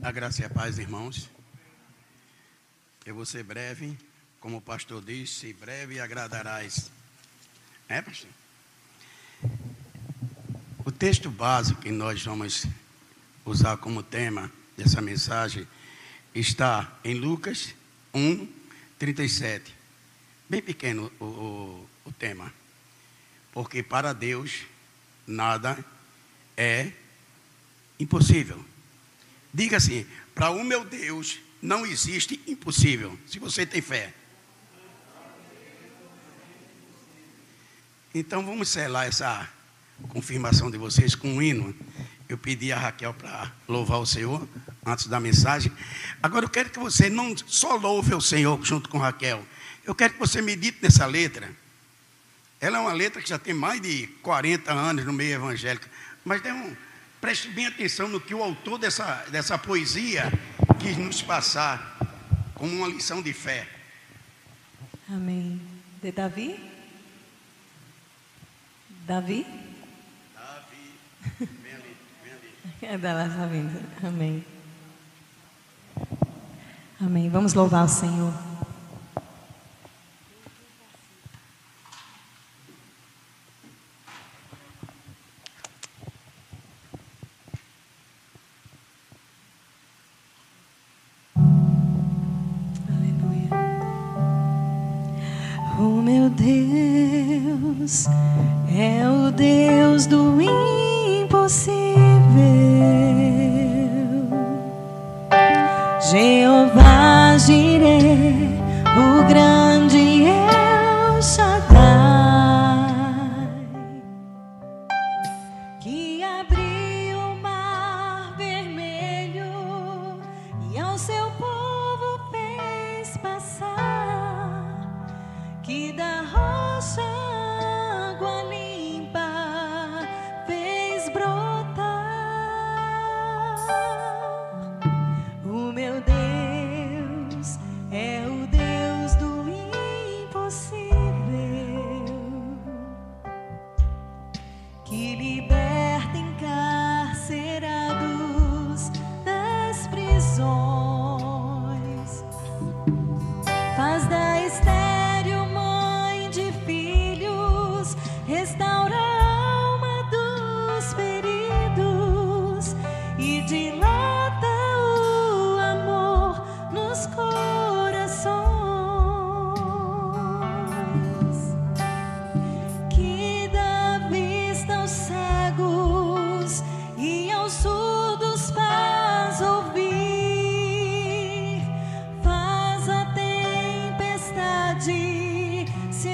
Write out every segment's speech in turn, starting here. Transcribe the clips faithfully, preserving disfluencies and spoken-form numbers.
A graça e a paz, irmãos. Eu vou ser breve, como o pastor disse, breve e agradarás. É, pastor? O texto básico que nós vamos usar como tema dessa mensagem está em Lucas um, trinta e sete. Bem pequeno o, o, o tema. Porque para Deus nada é impossível. Diga assim: para o meu Deus não existe impossível, se você tem fé. Então vamos selar essa confirmação de vocês com um hino. Eu pedi a Raquel para louvar o Senhor antes da mensagem. Agora eu quero que você não só louve o Senhor junto com Raquel. Eu quero que você medite nessa letra. Ela é uma letra que já tem mais de quarenta anos no meio evangélico. Mas dê um, preste bem atenção no que o autor dessa, dessa poesia quis nos passar como uma lição de fé. Amém. De Davi? Davi? Davi. Vem ali, vem ali. É dela, está vindo. Amém. Amém. Vamos louvar o Senhor. O meu Deus é o Deus do impossível. Jeová Jireh, o grande El Shaddai, que abriu o mar vermelho e ao seu povo fez passar, que da rocha água limpa fez brotar. O meu Deus é o Deus do impossível, que liberta encarcerados das prisões, faz da estéril mãe de filhos, restaura a alma dos feridos e dilata o amor nos corações, que dá vista aos cegos e aos surdos faz ouvir, faz a tempestade se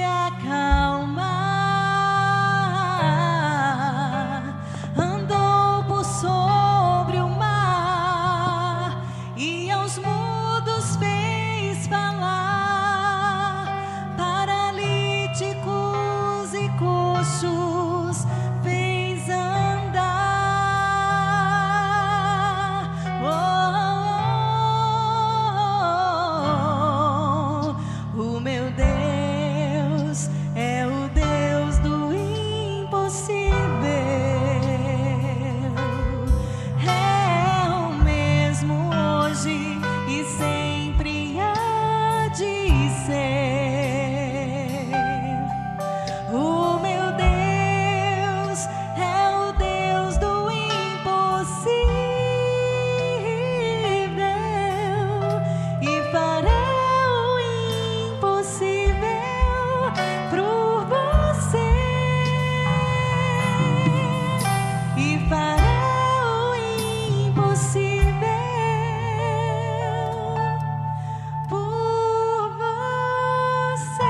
acalmar, andou por sobre o mar e aos mudos fez falar, paralíticos e coxos fez andar. Oh, oh, oh, oh. O meu Deus é o Deus do impossível, é o mesmo hoje e sempre há de ser. O meu Deus é o Deus do impossível e fará o impossível por você, e fará o impossível por você.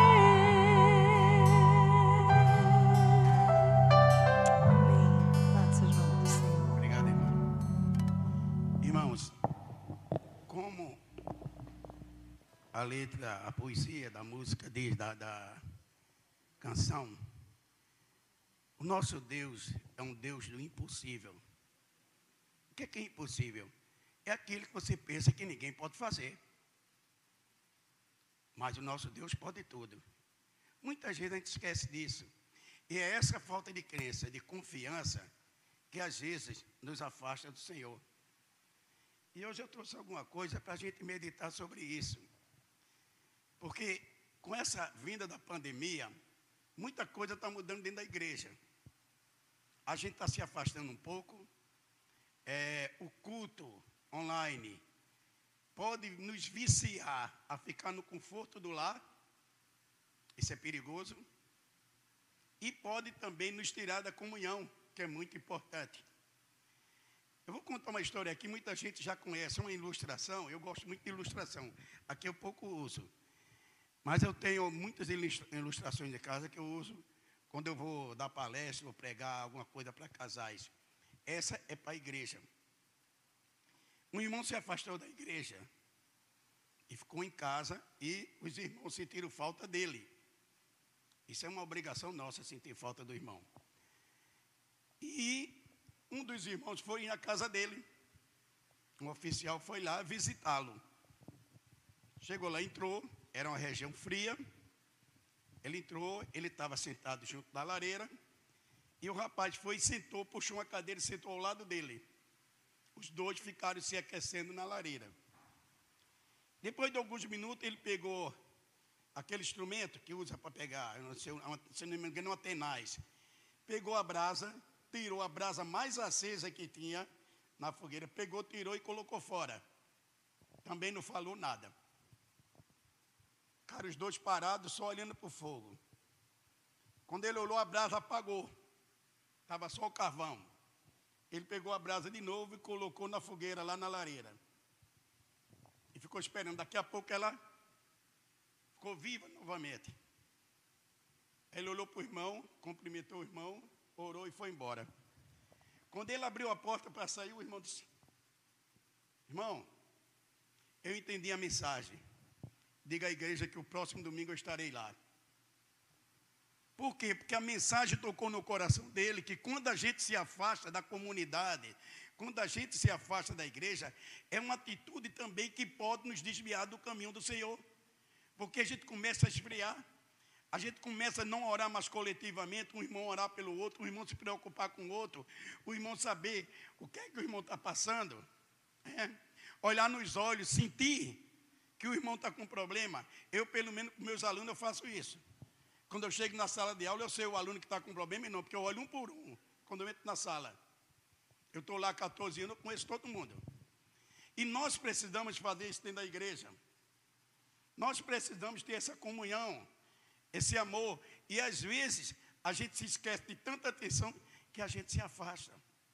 Amém. Louvado seja o nome do Senhor. Obrigado, irmão. Irmãos, como a letra, a poesia da música diz, da, da canção, o nosso Deus é um Deus do impossível. O que é, que é impossível? É aquilo que você pensa que ninguém pode fazer. Mas o nosso Deus pode tudo. Muitas vezes a gente esquece disso. E é essa falta de crença, de confiança, que às vezes nos afasta do Senhor. E hoje eu trouxe alguma coisa para a gente meditar sobre isso. Porque com essa vinda da pandemia, muita coisa está mudando dentro da igreja. A gente está se afastando um pouco. É, o culto online pode nos viciar a ficar no conforto do lar. Isso é perigoso. E pode também nos tirar da comunhão, que é muito importante. Eu vou contar uma história aqui, muita gente já conhece, uma ilustração. Eu gosto muito de ilustração. Aqui eu pouco uso. Mas eu tenho muitas ilustrações de casa que eu uso quando eu vou dar palestra ou pregar alguma coisa para casais. Essa é para a igreja. Um irmão se afastou da igreja e ficou em casa e os irmãos sentiram falta dele. Isso é uma obrigação nossa, sentir falta do irmão. E um dos irmãos foi na casa dele. Um oficial foi lá visitá-lo. Chegou lá, entrou, era uma região fria. Ele entrou, ele estava sentado junto da lareira. E o rapaz foi e sentou, puxou uma cadeira e sentou ao lado dele. Os dois ficaram se aquecendo na lareira. Depois de alguns minutos, ele pegou aquele instrumento que usa para pegar, eu não sei, se não me engano, uma tenaz. Pegou a brasa, tirou a brasa mais acesa que tinha na fogueira, pegou, tirou e colocou fora. Também não falou nada. Cara, os dois parados, só olhando para o fogo. Quando ele olhou, a brasa apagou. Estava só o carvão. Ele pegou a brasa de novo e colocou na fogueira, lá na lareira. E ficou esperando. Daqui a pouco ela ficou viva novamente. Ele olhou para o irmão, cumprimentou o irmão, orou e foi embora. Quando ele abriu a porta para sair, o irmão disse: irmão, eu entendi a mensagem. Diga à igreja que o próximo domingo eu estarei lá. Por quê? Porque a mensagem tocou no coração dele, que quando a gente se afasta da comunidade, quando a gente se afasta da igreja, é uma atitude também que pode nos desviar do caminho do Senhor. Porque a gente começa a esfriar, a gente começa a não orar mais coletivamente, um irmão orar pelo outro, um irmão se preocupar com o outro, o irmão saber o que é que o irmão está passando, é, olhar nos olhos, sentir que o irmão está com problema. Eu, pelo menos, com meus alunos, eu faço isso. Quando eu chego na sala de aula, eu sei o aluno que está com problema e não, porque eu olho um por um, quando eu entro na sala. Eu estou lá há quatorze anos, eu conheço todo mundo. E nós precisamos fazer isso dentro da igreja. Nós precisamos ter essa comunhão, esse amor. E às vezes, a gente se esquece de tanta atenção que a gente se afasta.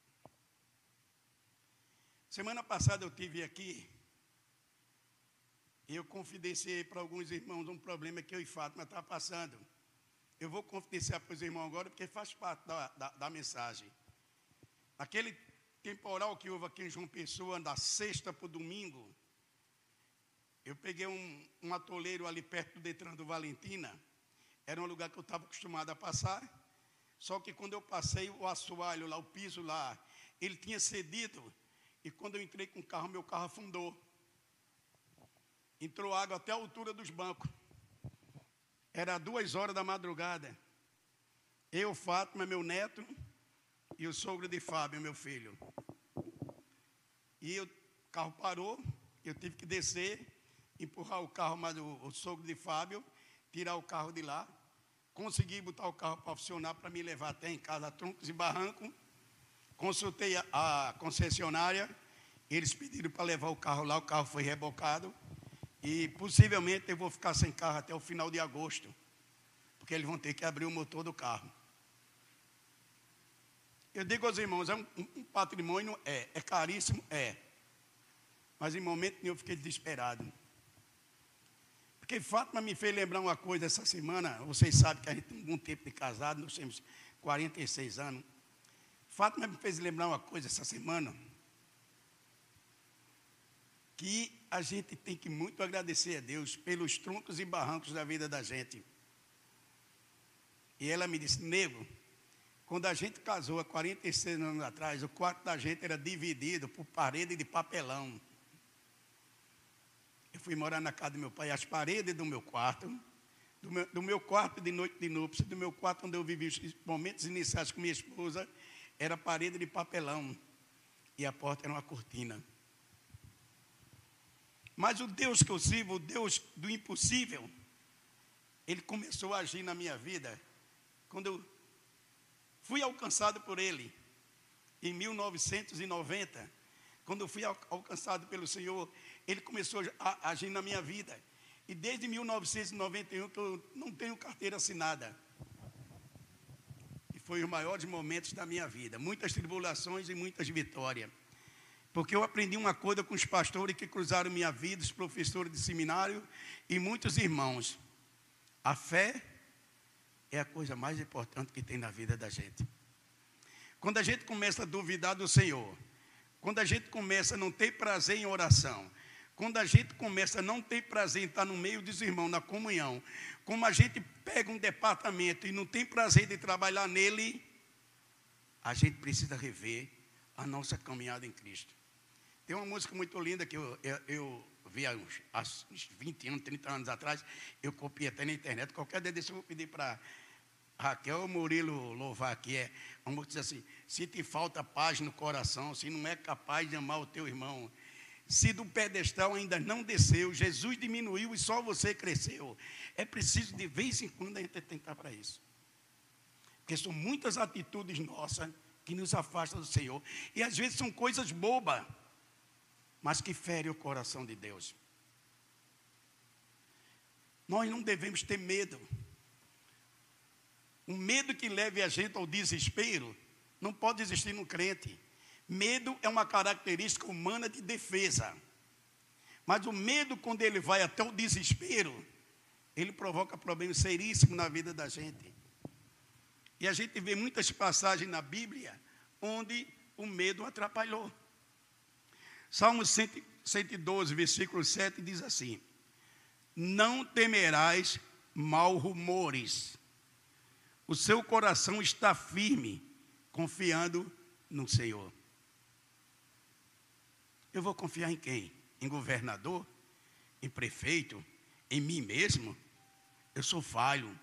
Semana passada eu estive aqui e eu confidenciei para alguns irmãos um problema que eu e Fátima estava passando. Eu vou confidenciar para os irmãos agora, porque faz parte da, da, da mensagem. Aquele temporal que houve aqui em João Pessoa, da sexta para o domingo, eu peguei um, um atoleiro ali perto do Detran do Valentina. Era um lugar que eu estava acostumado a passar. Só que quando eu passei, o assoalho lá, o piso lá, ele tinha cedido. E quando eu entrei com o carro, meu carro afundou. Entrou água até a altura dos bancos. Era duas horas da madrugada. Eu, Fátima, meu neto, e o sogro de Fábio, meu filho. E o carro parou, eu tive que descer, empurrar o carro, mas o, o sogro de Fábio, tirar o carro de lá. Consegui botar o carro para funcionar, para me levar até em casa, a troncos e barranco. Consultei a, a concessionária, eles pediram para levar o carro lá, o carro foi rebocado. E possivelmente eu vou ficar sem carro até o final de agosto, porque eles vão ter que abrir o motor do carro. Eu digo aos irmãos, é um, um patrimônio, é, é caríssimo, é. Mas em momento nenhum eu fiquei desesperado. Porque Fátima me fez lembrar uma coisa essa semana, vocês sabem que a gente tem algum tempo de casado, nós temos quarenta e seis anos. Fátima me fez lembrar uma coisa essa semana, que a gente tem que muito agradecer a Deus pelos troncos e barrancos da vida da gente. E ela me disse: nego, quando a gente casou há quarenta e seis anos atrás, o quarto da gente era dividido por parede de papelão. Eu fui morar na casa do meu pai, as paredes do meu quarto, do meu, do meu quarto de noite de núpcias, do meu quarto onde eu vivi os momentos iniciais com minha esposa, era parede de papelão. E a porta era uma cortina. Mas o Deus que eu sirvo, o Deus do impossível, Ele começou a agir na minha vida quando eu fui alcançado por Ele, em mil novecentos e noventa. Quando eu fui alcançado pelo Senhor, Ele começou a agir na minha vida. E desde mil novecentos e noventa e um que eu não tenho carteira assinada. E foi os maiores momentos da minha vida. Muitas tribulações e muitas vitórias. Porque eu aprendi uma coisa com os pastores que cruzaram minha vida, os professores de seminário e muitos irmãos. A fé é a coisa mais importante que tem na vida da gente. Quando a gente começa a duvidar do Senhor, quando a gente começa a não ter prazer em oração, quando a gente começa a não ter prazer em estar no meio dos irmãos, na comunhão, como a gente pega um departamento e não tem prazer de trabalhar nele, a gente precisa rever a nossa caminhada em Cristo. Tem uma música muito linda que eu, eu, eu vi há uns, há uns vinte anos, trinta anos atrás, eu copiei até na internet. Qualquer dia desse eu vou pedir para Raquel ou Murilo louvar aqui. É uma música que diz assim: se te falta paz no coração, se não é capaz de amar o teu irmão, se do pedestal ainda não desceu, Jesus diminuiu e só você cresceu. É preciso de vez em quando a gente tentar para isso. Porque são muitas atitudes nossas que nos afastam do Senhor. E às vezes são coisas bobas, mas que ferem o coração de Deus. Nós não devemos ter medo. O medo que leve a gente ao desespero não pode existir no crente. Medo é uma característica humana de defesa. Mas o medo, quando ele vai até o desespero, ele provoca problemas seríssimos na vida da gente. E a gente vê muitas passagens na Bíblia onde o medo atrapalhou. Salmo cento e doze, versículo sete, diz assim: não temerás mal rumores. O seu coração está firme, confiando no Senhor. Eu vou confiar em quem? Em governador? Em prefeito? Em mim mesmo? Eu sou falho.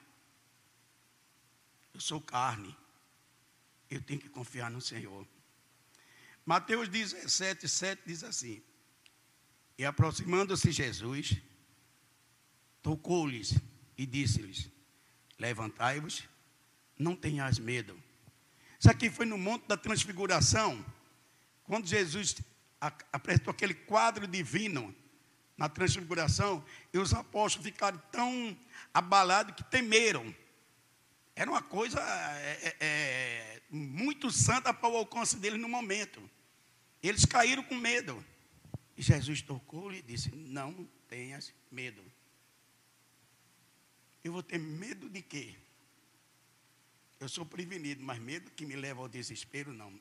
Eu sou carne. Eu tenho que confiar no Senhor. Mateus dezessete, sete diz assim: e aproximando-se Jesus, tocou-lhes e disse-lhes: levantai-vos, não tenhais medo. Isso aqui foi no Monte da Transfiguração, quando Jesus apresentou aquele quadro divino na Transfiguração, e os apóstolos ficaram tão abalados que temeram. Era uma coisa é, é, muito santa para o alcance deles no momento. Eles caíram com medo. E Jesus tocou-lhe e disse: não tenhas medo. Eu vou ter medo de quê? Eu sou prevenido, mas medo que me leva ao desespero, não.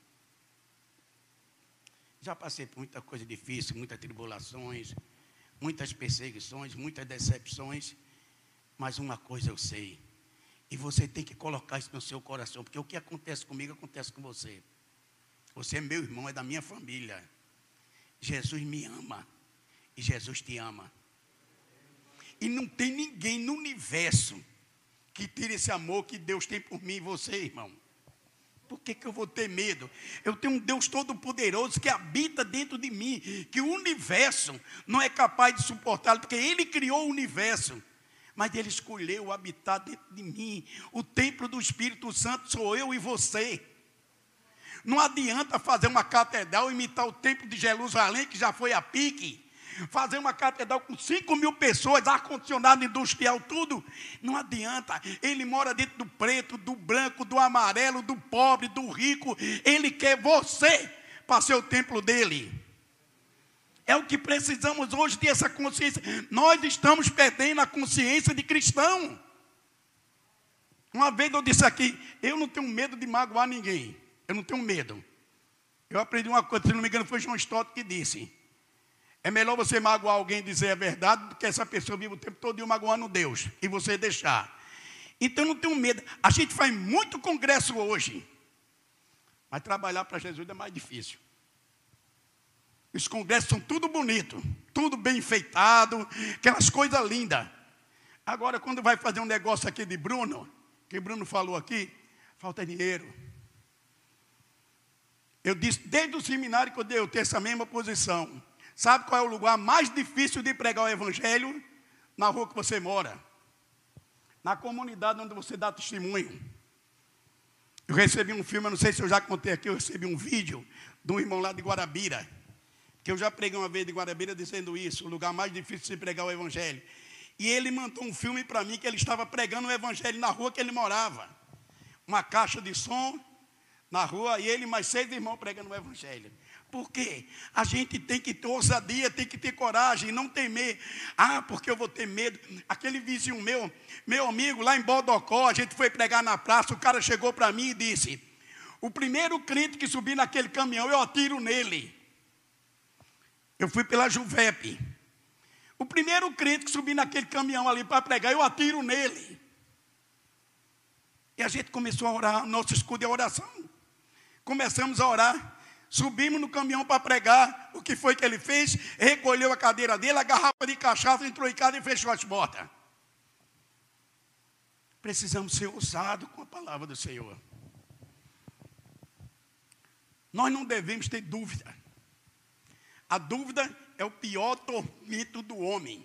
Já passei por muita coisa difícil, muitas tribulações, muitas perseguições, muitas decepções. Mas uma coisa eu sei. E você tem que colocar isso no seu coração, porque o que acontece comigo, acontece com você. Você é meu irmão, é da minha família. Jesus me ama. E Jesus te ama. E não tem ninguém no universo que tire esse amor que Deus tem por mim e você, irmão. Por que que eu vou ter medo? Eu tenho um Deus todo-poderoso que habita dentro de mim, que o universo não é capaz de suportá-lo, porque Ele criou o universo. Mas Ele escolheu habitar dentro de mim. O templo do Espírito Santo sou eu e você. Não adianta fazer uma catedral, imitar o templo de Jerusalém, que já foi a pique. Fazer uma catedral com cinco mil pessoas, ar-condicionado industrial, tudo. Não adianta. Ele mora dentro do preto, do branco, do amarelo, do pobre, do rico. Ele quer você para ser o templo dele. É o que precisamos hoje ter essa consciência. Nós estamos perdendo a consciência de cristão. Uma vez eu disse aqui: eu não tenho medo de magoar ninguém. Eu não tenho medo. Eu aprendi uma coisa, se não me engano, foi John Stott que disse: é melhor você magoar alguém e dizer a verdade, do que essa pessoa vive o tempo todo magoando Deus e você deixar. Então eu não tenho medo. A gente faz muito congresso hoje, mas trabalhar para Jesus é mais difícil. Os congressos são tudo bonito, tudo bem enfeitado, aquelas coisas lindas. Agora, quando vai fazer um negócio aqui de Bruno, que Bruno falou aqui, falta dinheiro. Eu disse, desde o seminário que eu dei, eu tenho essa mesma posição. Sabe qual é o lugar mais difícil de pregar o evangelho? Na rua que você mora. Na comunidade onde você dá testemunho. Eu recebi um filme, eu não sei se eu já contei aqui, eu recebi um vídeo de um irmão lá de Guarabira. Que eu já preguei uma vez de Guarabira dizendo isso, o lugar mais difícil de pregar o evangelho. E ele mandou um filme para mim que ele estava pregando o evangelho na rua que ele morava. Uma caixa de som na rua e ele mais seis irmãos pregando o evangelho. Por quê? A gente tem que ter ousadia, tem que ter coragem, não temer. Ah, porque eu vou ter medo. Aquele vizinho meu, meu amigo, lá em Bodocó, a gente foi pregar na praça, o cara chegou para mim e disse, o primeiro crente que subir naquele caminhão, eu atiro nele. Eu fui pela Juvep. O primeiro crente que subir naquele caminhão ali para pregar, eu atiro nele. E a gente começou a orar, nosso escudo é a oração. Começamos a orar, subimos no caminhão para pregar. O que foi que ele fez? Recolheu a cadeira dele, a garrafa de cachaça, entrou em casa e fechou as portas. Precisamos ser ousados com a palavra do Senhor. Nós não devemos ter dúvida. A dúvida é o pior tormento do homem.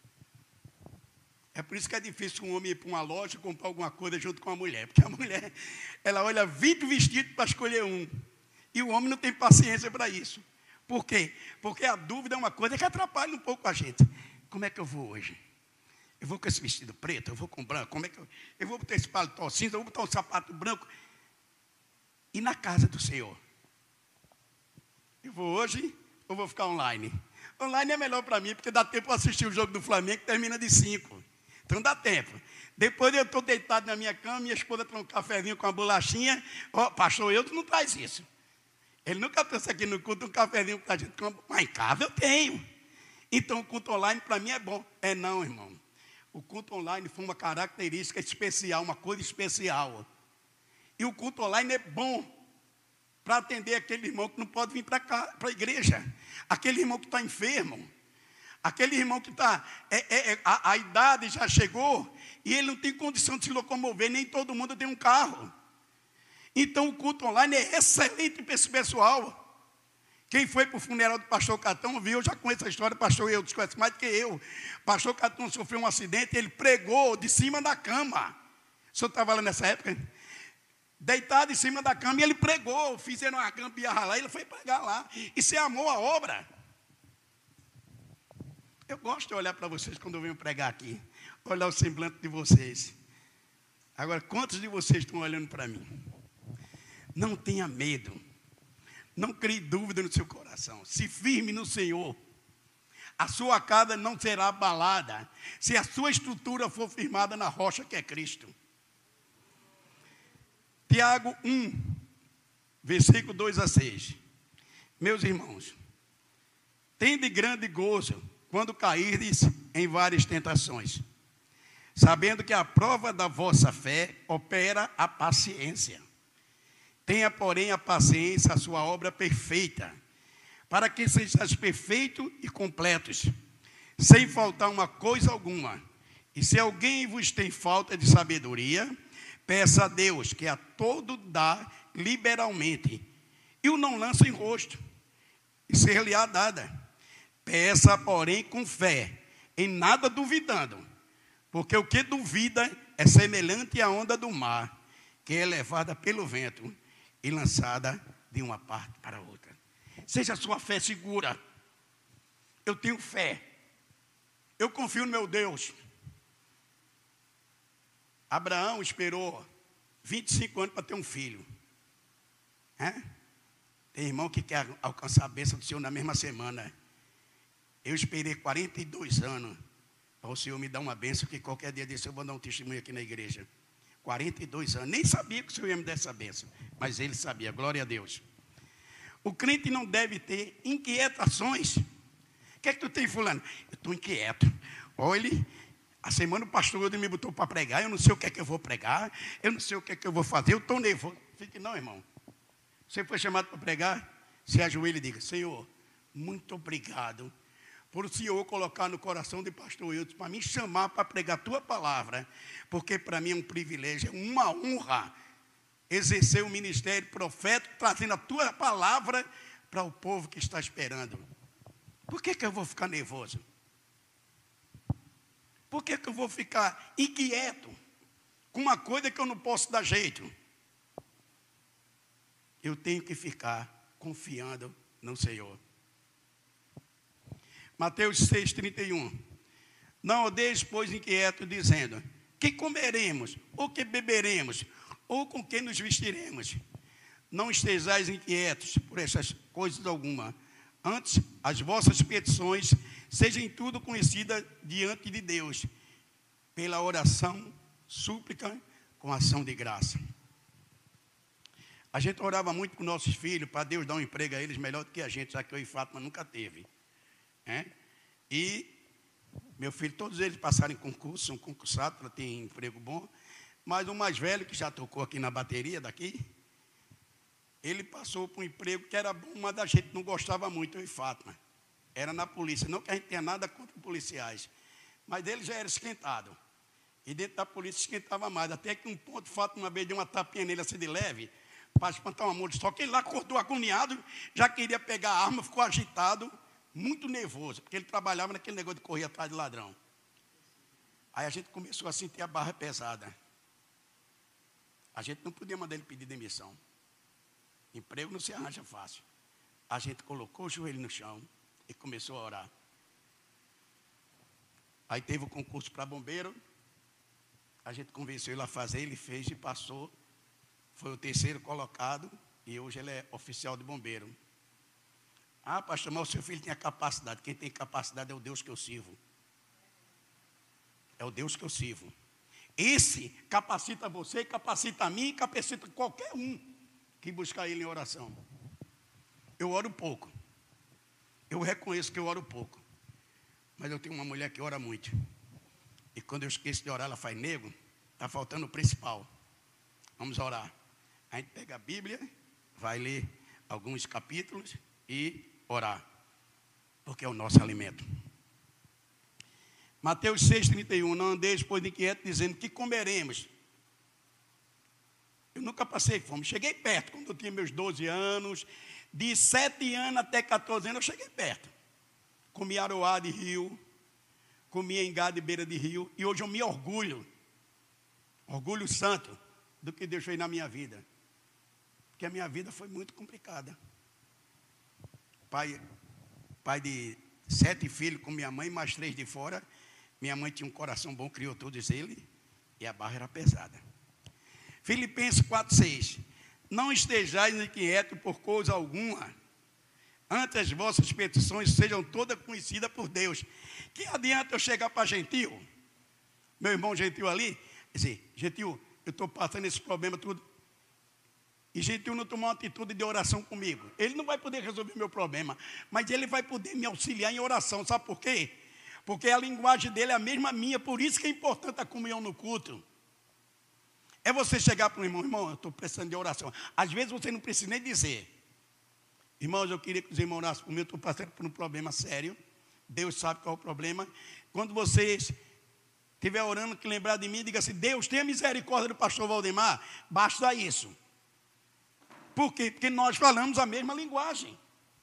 É por isso que é difícil um homem ir para uma loja e comprar alguma coisa junto com a mulher. Porque a mulher, ela olha vinte vestidos para escolher um. E o homem não tem paciência para isso. Por quê? Porque a dúvida é uma coisa que atrapalha um pouco a gente. Como é que eu vou hoje? Eu vou com esse vestido preto, eu vou com branco. Como é que eu, eu vou botar esse paletó cinza, eu vou botar um sapato branco. E na casa do Senhor? Eu vou hoje ou vou ficar online? Online é melhor para mim, porque dá tempo para assistir o jogo do Flamengo, que termina de cinco. Então dá tempo. Depois eu estou deitado na minha cama, minha esposa traz um cafezinho com uma bolachinha. Ó, oh, pastor, eu não traz isso. Ele nunca trouxe aqui no culto um cafezinho para a gente comer. Mas em casa eu tenho. Então o culto online para mim é bom. É não, irmão. O culto online foi uma característica especial, uma coisa especial. E o culto online é bom para atender aquele irmão que não pode vir para cá, para a igreja. Aquele irmão que está enfermo. Aquele irmão que está, é, é, é, a, a idade já chegou e ele não tem condição de se locomover, nem todo mundo tem um carro. Então o culto online é excelente para esse pessoal. Quem foi para o funeral do pastor Catão viu, eu já conheço a história, o pastor eu conhece mais do que eu. O pastor Catão sofreu um acidente, ele pregou de cima da cama. O senhor estava lá nessa época? Deitado em cima da cama e ele pregou, fizeram uma gambiarra lá, ele foi pregar lá. E você amou a obra. Eu gosto de olhar para vocês quando eu venho pregar aqui, olhar o semblante de vocês. Agora, quantos de vocês estão olhando para mim? Não tenha medo, não crie dúvida no seu coração, se firme no Senhor. A sua casa não será abalada, se a sua estrutura for firmada na rocha que é Cristo. Tiago um, versículo dois a seis. Meus irmãos, tende grande gozo quando cairdes em várias tentações, sabendo que a prova da vossa fé opera a paciência. Tenha, porém, a paciência, a sua obra perfeita, para que sejais perfeitos e completos, sem faltar uma coisa alguma. E se alguém vos tem falta de sabedoria, peça a Deus, que a todo dá liberalmente, e o não lança em rosto, e ser-lhe-á dada. Peça, porém, com fé, em nada duvidando, porque o que duvida é semelhante à onda do mar, que é levada pelo vento e lançada de uma parte para outra. Seja a sua fé segura. Eu tenho fé. Eu confio no meu Deus. Abraão esperou vinte e cinco anos para ter um filho. É? Tem irmão que quer alcançar a bênção do Senhor na mesma semana. Eu esperei quarenta e dois anos para o Senhor me dar uma bênção, que qualquer dia desse eu vou dar um testemunho aqui na igreja. quarenta e dois anos. Nem sabia que o Senhor ia me dar essa bênção, mas ele sabia, glória a Deus. O crente não deve ter inquietações. O que é que tu tem, fulano? Eu estou inquieto. Olha, a semana o pastor me botou para pregar, eu não sei o que é que eu vou pregar, eu não sei o que é que eu vou fazer, eu estou nervoso. Fique não, irmão. Você foi chamado para pregar, se ajoelhe e diga: Senhor, muito obrigado por o Senhor colocar no coração de pastor Eudes para me chamar para pregar a tua palavra, porque para mim é um privilégio, é uma honra exercer o ministério profético, trazendo a tua palavra para o povo que está esperando. Por que que eu vou ficar nervoso? Por que que eu vou ficar inquieto com uma coisa que eu não posso dar jeito? Eu tenho que ficar confiando no Senhor. Mateus seis, trinta e um. Não odeis, pois, inquieto, dizendo: que comeremos, ou que beberemos, ou com que nos vestiremos? Não estejais inquietos por essas coisas alguma. Antes, as vossas petições sejam tudo conhecidas diante de Deus, pela oração, súplica, com ação de graça. A gente orava muito com nossos filhos, para Deus dar um emprego a eles melhor do que a gente, já que eu e Fátima nunca teve. É? E meu filho, todos eles passaram em concurso, são concursados para ter emprego bom. Mas o mais velho, que já tocou aqui na bateria daqui, ele passou por um emprego que era bom, mas a gente não gostava muito, eu e Fátima. Era na polícia, não que a gente tenha nada contra policiais, mas ele já era esquentado. E dentro da polícia esquentava mais, até que um ponto, Fátima uma vez deu uma tapinha nele assim de leve, para espantar uma multa. Só que ele lá acordou agoniado, já queria pegar a arma, ficou agitado, muito nervoso, porque ele trabalhava naquele negócio de correr atrás de ladrão. Aí a gente começou a sentir a barra pesada. A gente não podia mandar ele pedir demissão. Emprego não se arranja fácil. A gente colocou o joelho no chão e começou a orar. Aí teve o concurso para bombeiro. A gente convenceu ele a fazer, ele fez e passou. Foi o terceiro colocado e hoje ele é oficial de bombeiro. Ah, pastor, mas o seu filho tinha capacidade. Quem tem capacidade é o Deus que eu sirvo. É o Deus que eu sirvo. Esse capacita você, capacita a mim, capacita qualquer um que buscar ele em oração. Eu oro pouco. Eu reconheço que eu oro pouco. Mas eu tenho uma mulher que ora muito. E quando eu esqueço de orar, ela faz: nego, está faltando o principal. Vamos orar. A gente pega a Bíblia, vai ler alguns capítulos e orar. Porque é o nosso alimento. Mateus seis, trinta e um. Não andeis, pois, inquieto, dizendo: que comeremos. Eu nunca passei fome. Cheguei perto, quando eu tinha meus doze anos. De sete anos até quatorze anos, eu cheguei perto. Comi aroá de rio. Comi engá de beira de rio. E hoje eu me orgulho. Orgulho santo do que Deus fez na minha vida. Porque a minha vida foi muito complicada. Pai, pai de sete filhos com minha mãe, mais três de fora. Minha mãe tinha um coração bom, criou todos eles. E a barra era pesada. Filipenses quatro, seis. Não estejais inquietos por coisa alguma. Antes as vossas petições sejam todas conhecidas por Deus. Que adianta eu chegar para gentil? Meu irmão gentil ali, dizer: gentil, eu estou passando esse problema tudo. E gentil não tomou uma atitude de oração comigo. Ele não vai poder resolver meu problema, mas ele vai poder me auxiliar em oração. Sabe por quê? Porque a linguagem dele é a mesma minha. Por isso que é importante a comunhão no culto. É você chegar para o irmão: irmão, eu estou precisando de oração. Às vezes você não precisa nem dizer: irmãos, eu queria que os irmãos orassem por mim, eu estou passando por um problema sério. Deus sabe qual é o problema. Quando vocês estiver orando, que lembrar de mim, diga assim: Deus, tenha misericórdia do pastor Valdemar. Basta isso. Por quê? Porque nós falamos a mesma linguagem.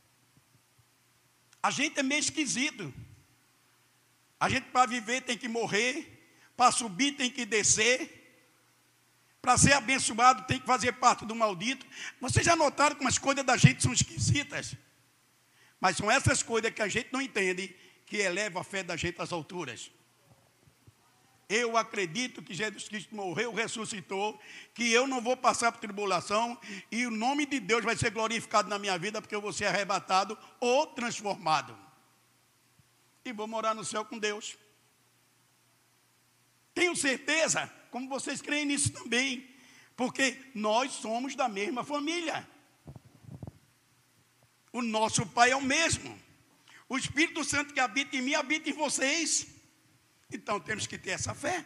A gente é meio esquisito. A gente, para viver, tem que morrer. Para subir, tem que descer. Para ser abençoado, tem que fazer parte do maldito. Vocês já notaram como as coisas da gente são esquisitas? Mas são essas coisas que a gente não entende, que eleva a fé da gente às alturas. Eu acredito que Jesus Cristo morreu, ressuscitou, que eu não vou passar por tribulação, e o nome de Deus vai ser glorificado na minha vida, porque eu vou ser arrebatado ou transformado. E vou morar no céu com Deus. Tenho certeza, como vocês creem nisso também, porque nós somos da mesma família. O nosso Pai é o mesmo. O Espírito Santo que habita em mim, habita em vocês. Então temos que ter essa fé.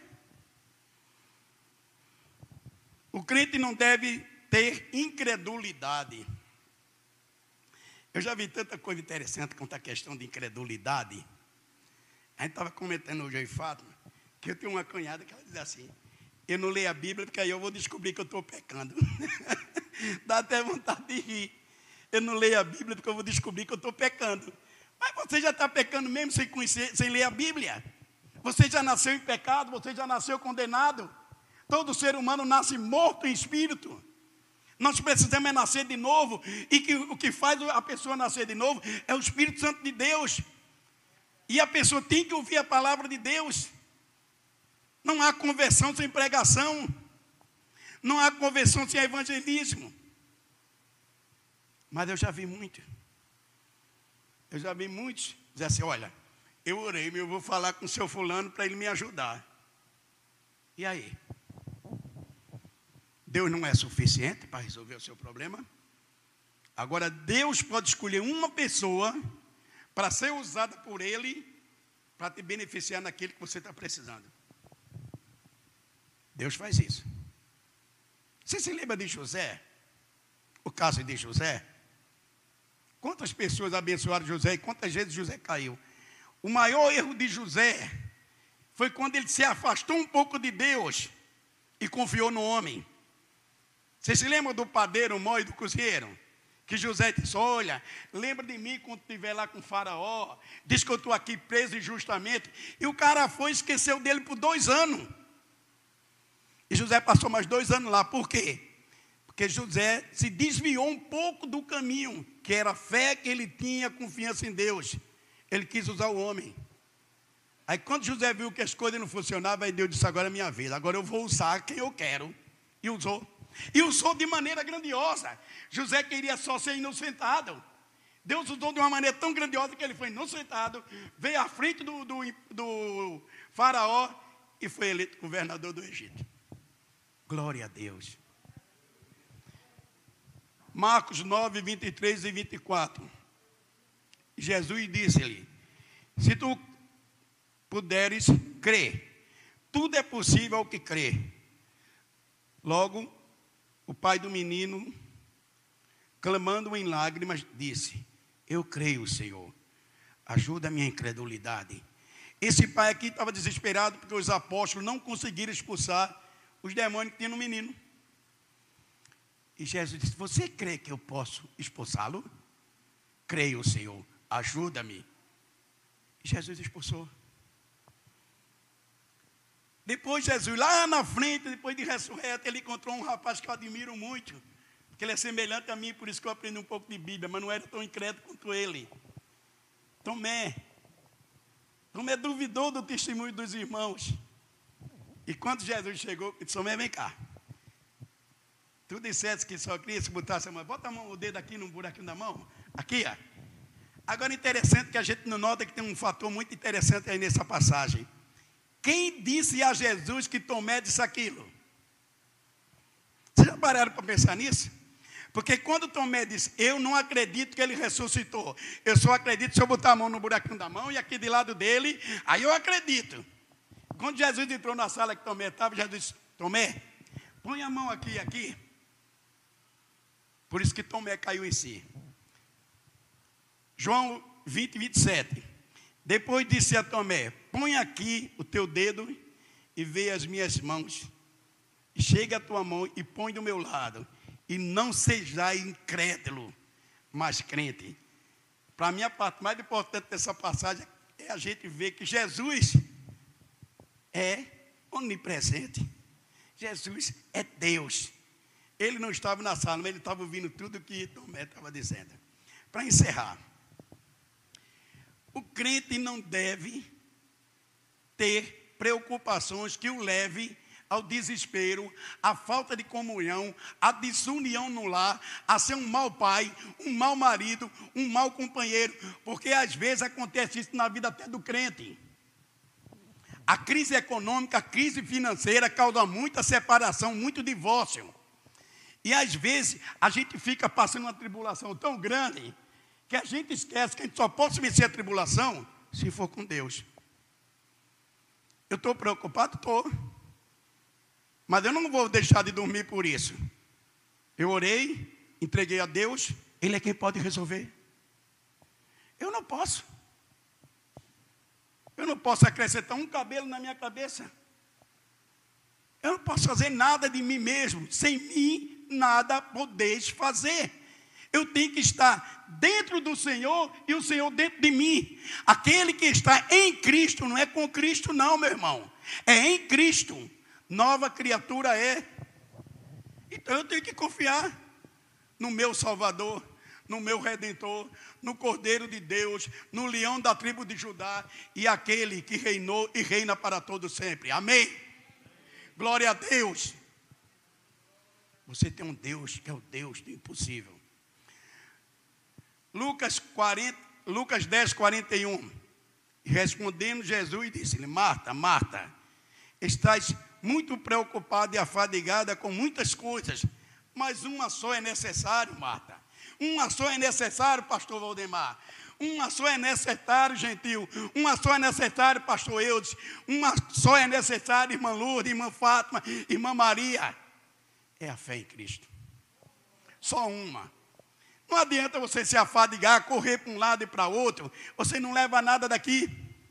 O crente não deve ter incredulidade. Eu já vi tanta coisa interessante quanto a questão de incredulidade. A gente estava comentando hoje aí, Fátima, que eu tenho uma cunhada que ela diz assim: eu não leio a Bíblia porque aí eu vou descobrir que eu estou pecando. Dá até vontade de rir. Eu não leio a Bíblia porque eu vou descobrir que eu estou pecando. Mas você já está pecando mesmo sem conhecer, sem ler a Bíblia. Você já nasceu em pecado, você já nasceu condenado. Todo ser humano nasce morto em espírito. Nós precisamos é nascer de novo. E que, o que faz a pessoa nascer de novo é o Espírito Santo de Deus. E a pessoa tem que ouvir a palavra de Deus. Não há conversão sem pregação. Não há conversão sem evangelismo. Mas eu já vi muito. Eu já vi muitos dizer assim, olha, eu orei, mas eu vou falar com o seu fulano para ele me ajudar. E aí? Deus não é suficiente para resolver o seu problema? Agora, Deus pode escolher uma pessoa para ser usada por Ele para te beneficiar naquilo que você está precisando. Deus faz isso. Você se lembra de José? O caso de José? Quantas pessoas abençoaram José e quantas vezes José caiu? O maior erro de José foi quando ele se afastou um pouco de Deus e confiou no homem. Você se lembra do padeiro, mó e do cozinheiro? Que José disse, olha, lembra de mim quando estiver lá com o faraó. Diz que eu estou aqui preso injustamente. E o cara foi e esqueceu dele por dois anos. E José passou mais dois anos lá. Por quê? Porque José se desviou um pouco do caminho, que era a fé que ele tinha, confiança em Deus. Ele quis usar o homem. Aí quando José viu que as coisas não funcionavam, aí Deus disse, agora é minha vida. Agora eu vou usar quem eu quero. E usou. E usou de maneira grandiosa. José queria só ser inocentado. Deus usou de uma maneira tão grandiosa que ele foi inocentado, veio à frente do, do, do faraó e foi eleito governador do Egito. Glória a Deus. Marcos nove, vinte e três e vinte e quatro. Jesus disse-lhe, se tu puderes crer, tudo é possível ao que crê. Logo, o pai do menino, clamando em lágrimas, disse, eu creio, Senhor, ajuda a minha incredulidade. Esse pai aqui estava desesperado porque os apóstolos não conseguiram expulsar os demônios que tinha no menino. E Jesus disse, você crê que eu posso expulsá-lo? Creio, Senhor, ajuda-me. E Jesus expulsou. Depois Jesus, lá na frente, depois de ressurreto, ele encontrou um rapaz que eu admiro muito, porque ele é semelhante a mim, por isso que eu aprendi um pouco de Bíblia, mas não era tão incrédulo quanto ele. Tomé. Tomé duvidou do testemunho dos irmãos. E quando Jesus chegou, ele disse, Tomé, vem cá. Tu disseste que só queria se botasse a mão, bota a mão, o dedo aqui no buraquinho da mão, aqui, ó. Agora, interessante que a gente não nota que tem um fator muito interessante aí nessa passagem. Quem disse a Jesus que Tomé disse aquilo? Vocês já pararam para pensar nisso? Porque quando Tomé disse, eu não acredito que ele ressuscitou, eu só acredito se eu botar a mão no buraquinho da mão e aqui de lado dele, aí eu acredito. Quando Jesus entrou na sala que Tomé estava, Jesus disse, Tomé, põe a mão aqui e aqui. Por isso que Tomé caiu em si. João vinte, vinte e sete. Depois disse a Tomé, põe aqui o teu dedo e vê as minhas mãos. Chega a tua mão e põe do meu lado. E não sejais incrédulo, mas crente. Para mim, a parte mais importante dessa passagem é a gente ver que Jesus é onipresente. Jesus é Deus. Ele não estava na sala, mas ele estava ouvindo tudo o que Tomé estava dizendo. Para encerrar. O crente não deve ter preocupações que o leve ao desespero, à falta de comunhão, à desunião no lar, a ser um mau pai, um mau marido, um mau companheiro, porque às vezes acontece isso na vida até do crente. A crise econômica, a crise financeira causa muita separação, muito divórcio. E às vezes a gente fica passando uma tribulação tão grande que a gente esquece que a gente só pode vencer a tribulação se for com Deus. Eu estou preocupado? Estou. Mas eu não vou deixar de dormir por isso. Eu orei, entreguei a Deus, Ele é quem pode resolver. Eu não posso. Eu não posso acrescentar um cabelo na minha cabeça. Eu não posso fazer nada de mim mesmo. Sem mim, nada podeis fazer. Eu tenho que estar dentro do Senhor e o Senhor dentro de mim. Aquele que está em Cristo, não é com Cristo não, meu irmão. É em Cristo. Nova criatura é. Então eu tenho que confiar no meu Salvador, no meu Redentor, no Cordeiro de Deus, no leão da tribo de Judá e aquele que reinou e reina para todo sempre. Amém? Glória a Deus. Você tem um Deus que é o Deus do impossível. Lucas, quarenta, Lucas dez, quarenta e um. Respondendo Jesus, disse-lhe: Marta, Marta, estás muito preocupada e afadigada com muitas coisas, mas uma só é necessário, Marta. Uma só é necessário, pastor Valdemar. Uma só é necessário, gentil. Uma só é necessário, pastor Eudes. Uma só é necessário, irmã Lourdes, irmã Fátima, irmã Maria. É a fé em Cristo. Só uma. Não adianta você se afadigar, correr para um lado e para outro. Você não leva nada daqui.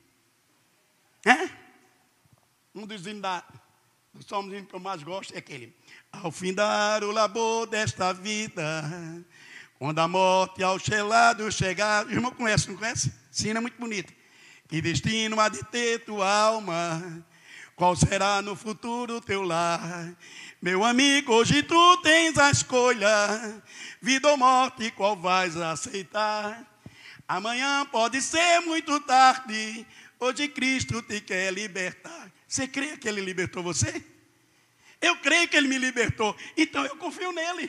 É? Um dos hinos da, dos salmos que eu mais gosto é aquele: ao findar o labor desta vida, quando a morte ao gelado chegar. O irmão conhece, não conhece? Sim, é muito bonito. Que destino há de ter tua alma? Qual será no futuro teu lar? Meu amigo, hoje tu tens a escolha, vida ou morte, qual vais aceitar? Amanhã pode ser muito tarde, hoje Cristo te quer libertar. Você crê que Ele libertou você? Eu creio que Ele me libertou, então eu confio nele.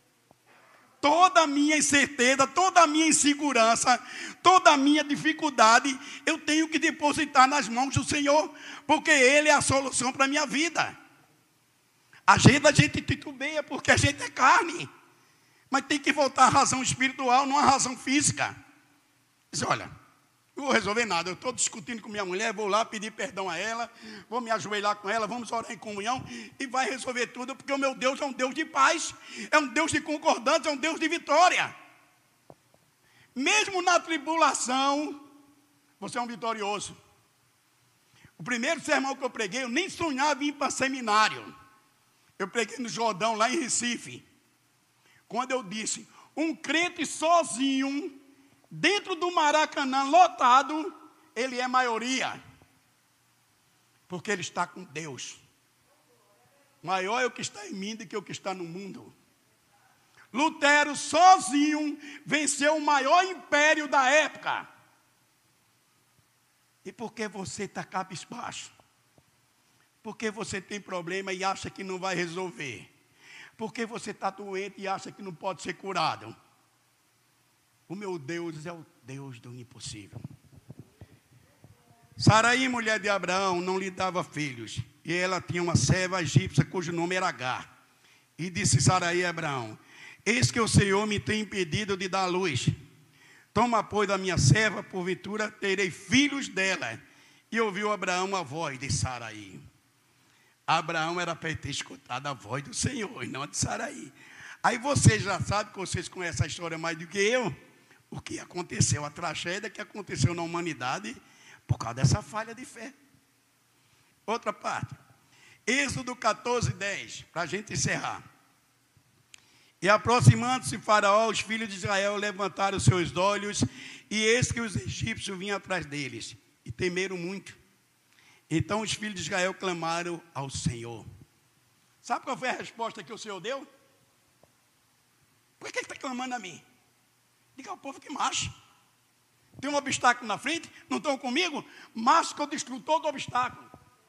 Toda a minha incerteza, toda a minha insegurança, toda a minha dificuldade, eu tenho que depositar nas mãos do Senhor, porque Ele é a solução para a minha vida. A gente, a gente titubeia porque a gente é carne, mas tem que voltar à razão espiritual, não à razão física. Diz: olha, não vou resolver nada, eu estou discutindo com minha mulher, vou lá pedir perdão a ela, vou me ajoelhar com ela, vamos orar em comunhão e vai resolver tudo, porque o meu Deus é um Deus de paz, é um Deus de concordância, é um Deus de vitória. Mesmo na tribulação, você é um vitorioso. O primeiro sermão que eu preguei, eu nem sonhava em ir para seminário. Eu preguei no Jordão, lá em Recife. Quando eu disse: um crente sozinho, dentro do Maracanã lotado, ele é maioria. Porque ele está com Deus. Maior é o que está em mim do que o que está no mundo. Lutero sozinho venceu o maior império da época. E por que você está cabisbaixo? Porque você tem problema e acha que não vai resolver? Porque você está doente e acha que não pode ser curado? O meu Deus é o Deus do impossível. Sarai, mulher de Abraão, não lhe dava filhos, e ela tinha uma serva egípcia cujo nome era Agar. E disse Sarai a Abraão: eis que o Senhor me tem impedido de dar luz. Toma, pois, da minha serva, porventura terei filhos dela. E ouviu Abraão a voz de Sarai. Abraão era para ter escutado a voz do Senhor e não a de Sarai. Aí vocês já sabem, que vocês conhecem a história mais do que eu, o que aconteceu, a tragédia que aconteceu na humanidade por causa dessa falha de fé. Outra parte, Êxodo catorze, dez, para a gente encerrar. E aproximando-se Faraó, os filhos de Israel levantaram os seus olhos, e eis que os egípcios vinham atrás deles, e temeram muito. Então os filhos de Israel clamaram ao Senhor. Sabe qual foi a resposta que o Senhor deu? Por que está clamando a mim? Diga ao povo que marche. Tem um obstáculo na frente, não estão comigo? Marche que eu destruo todo o obstáculo.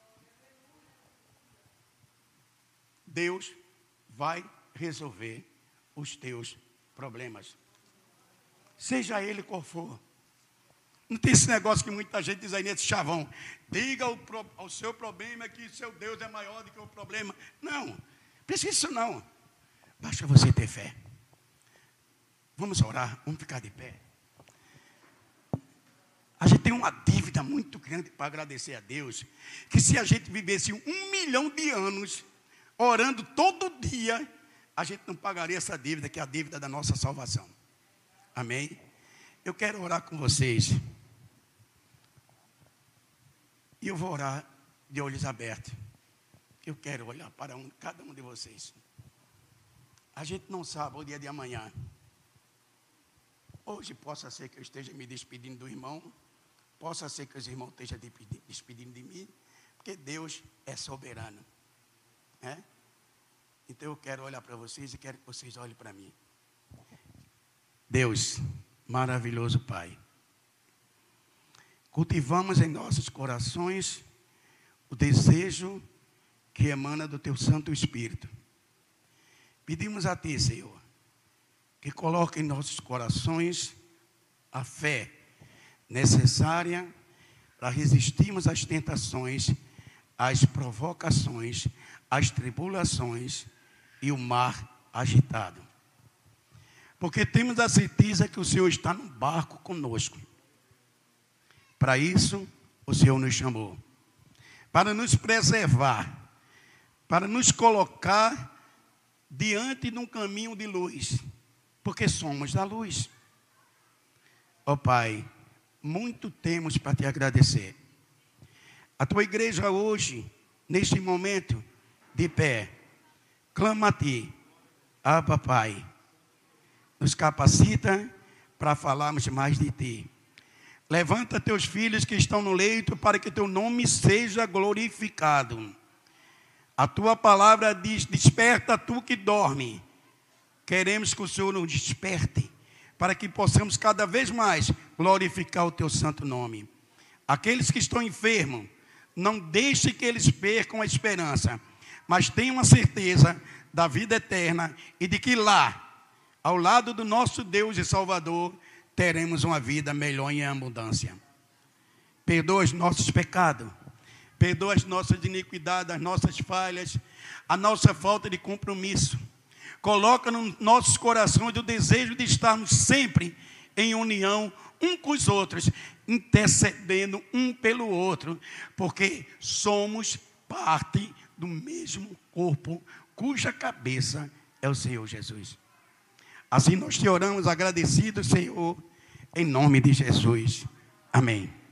Deus vai resolver os teus problemas. Seja ele qual for. Não tem esse negócio que muita gente diz aí nesse chavão: diga ao, pro, ao seu problema que seu Deus é maior do que o problema. Não, precisa disso não. Basta você ter fé. Vamos orar, vamos ficar de pé. A gente tem uma dívida muito grande para agradecer a Deus, que se a gente vivesse um milhão de anos orando todo dia, a gente não pagaria essa dívida, que é a dívida da nossa salvação. Amém? Eu quero orar com vocês. E eu vou orar de olhos abertos. Eu quero olhar para um, cada um de vocês. A gente não sabe o dia de amanhã. Hoje possa ser que eu esteja me despedindo do irmão, possa ser que os irmãos estejam despedindo de mim, porque Deus é soberano. É? Então eu quero olhar para vocês e quero que vocês olhem para mim. Deus, maravilhoso Pai, cultivamos em nossos corações o desejo que emana do Teu Santo Espírito. Pedimos a Ti, Senhor, que coloque em nossos corações a fé necessária para resistirmos às tentações, às provocações, às tribulações e o mar agitado. Porque temos a certeza que o Senhor está no barco conosco. Para isso, o Senhor nos chamou. Para nos preservar, para nos colocar diante de um caminho de luz, porque somos da luz. Ó oh, Pai, muito temos para te agradecer. A tua igreja hoje, neste momento, de pé, clama a ti, Abba Pai, nos capacita para falarmos mais de ti. Levanta teus filhos que estão no leito para que teu nome seja glorificado. A tua palavra diz, desperta tu que dorme. Queremos que o Senhor nos desperte, para que possamos cada vez mais glorificar o teu santo nome. Aqueles que estão enfermos, não deixe que eles percam a esperança, mas tenham a certeza da vida eterna e de que lá, ao lado do nosso Deus e Salvador, teremos uma vida melhor em abundância. Perdoa os nossos pecados, perdoa as nossas iniquidades, as nossas falhas, a nossa falta de compromisso. Coloca nos nossos corações o desejo de estarmos sempre em união um com os outros, intercedendo um pelo outro, porque somos parte do mesmo corpo, cuja cabeça é o Senhor Jesus. Assim nós te oramos agradecidos, Senhor, em nome de Jesus. Amém.